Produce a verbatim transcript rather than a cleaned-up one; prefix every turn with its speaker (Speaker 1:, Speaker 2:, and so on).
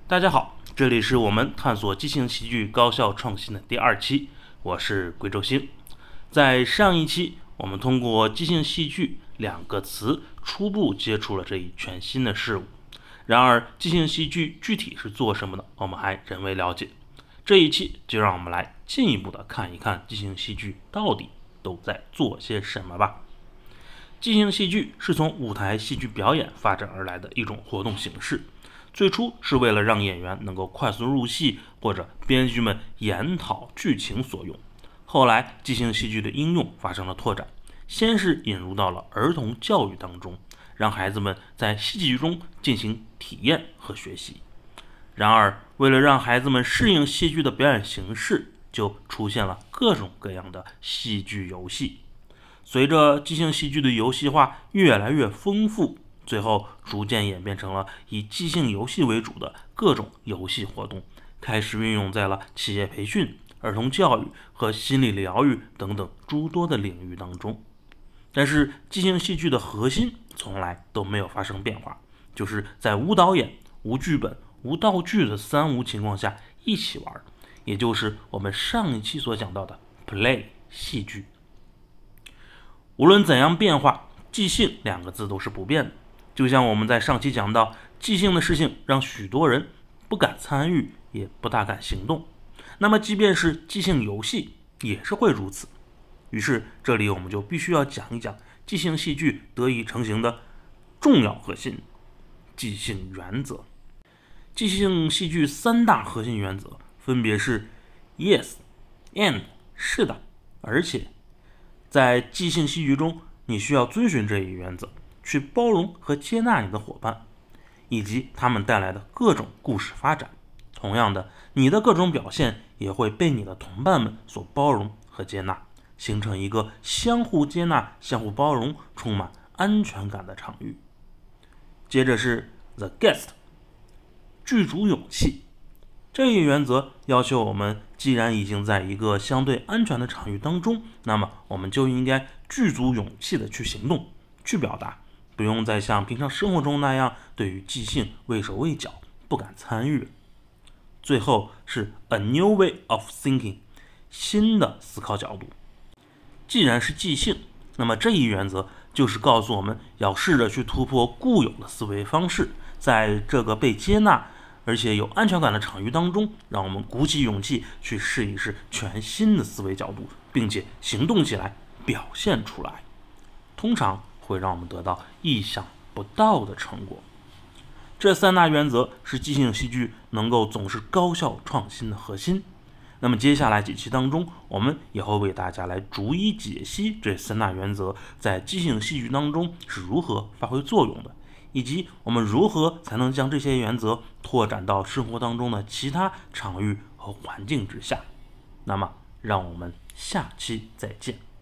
Speaker 1: 大家好，这里是我们探索即兴喜剧高效创新的第二期，我是贵州星。在上一期，我们通过即兴戏剧两个词初步接触了这一全新的事物。然而，即兴戏剧具体是做什么的，我们还仍未了解。这一期就让我们来进一步的看一看即兴戏剧到底都在做些什么吧。即兴戏剧是从舞台戏剧表演发展而来的一种活动形式，最初是为了让演员能够快速入戏，或者编剧们研讨剧情所用。后来，即兴戏剧的应用发生了拓展，先是引入到了儿童教育当中，让孩子们在戏剧中进行体验和学习。然而，为了让孩子们适应戏剧的表演形式，就出现了各种各样的戏剧游戏。随着即兴戏剧的游戏化越来越丰富，最后逐渐演变成了以即兴游戏为主的各种游戏活动，开始运用在了企业培训、儿童教育和心理疗愈等等诸多的领域当中。但是即兴戏剧的核心从来都没有发生变化，就是在无导演、无剧本、无道具的三无情况下一起玩，也就是我们上一期所讲到的 play 戏剧。无论怎样变化，即兴两个字都是不变的。就像我们在上期讲到，即兴的事情让许多人不敢参与，也不大敢行动。那么即便是即兴游戏也是会如此。于是这里我们就必须要讲一讲即兴戏剧得以成型的重要核心——即兴原则。即兴戏剧三大核心原则分别是 Yes, and 是的，而且。在即兴戏剧中，你需要遵循这一原则，去包容和接纳你的伙伴，以及他们带来的各种故事发展。同样的，你的各种表现也会被你的同伴们所包容和接纳，形成一个相互接纳、相互包容、充满安全感的场域。接着是 The Guest， 剧组勇气。这一原则要求我们，既然已经在一个相对安全的场域当中，那么我们就应该具足勇气的去行动、去表达，不用再像平常生活中那样对于即兴畏手畏脚，不敢参与。最后是 a new way of thinking， 新的思考角度。既然是即兴，那么这一原则就是告诉我们要试着去突破固有的思维方式，在这个被接纳而且有安全感的场域当中，让我们鼓起勇气去试一试全新的思维角度，并且行动起来，表现出来，通常会让我们得到意想不到的成果。这三大原则是即兴戏剧能够总是高效创新的核心。那么接下来几期当中，我们也会为大家来逐一解析这三大原则在即兴戏剧当中是如何发挥作用的，以及我们如何才能将这些原则拓展到生活当中的其他场域和环境之下。那么，让我们下期再见。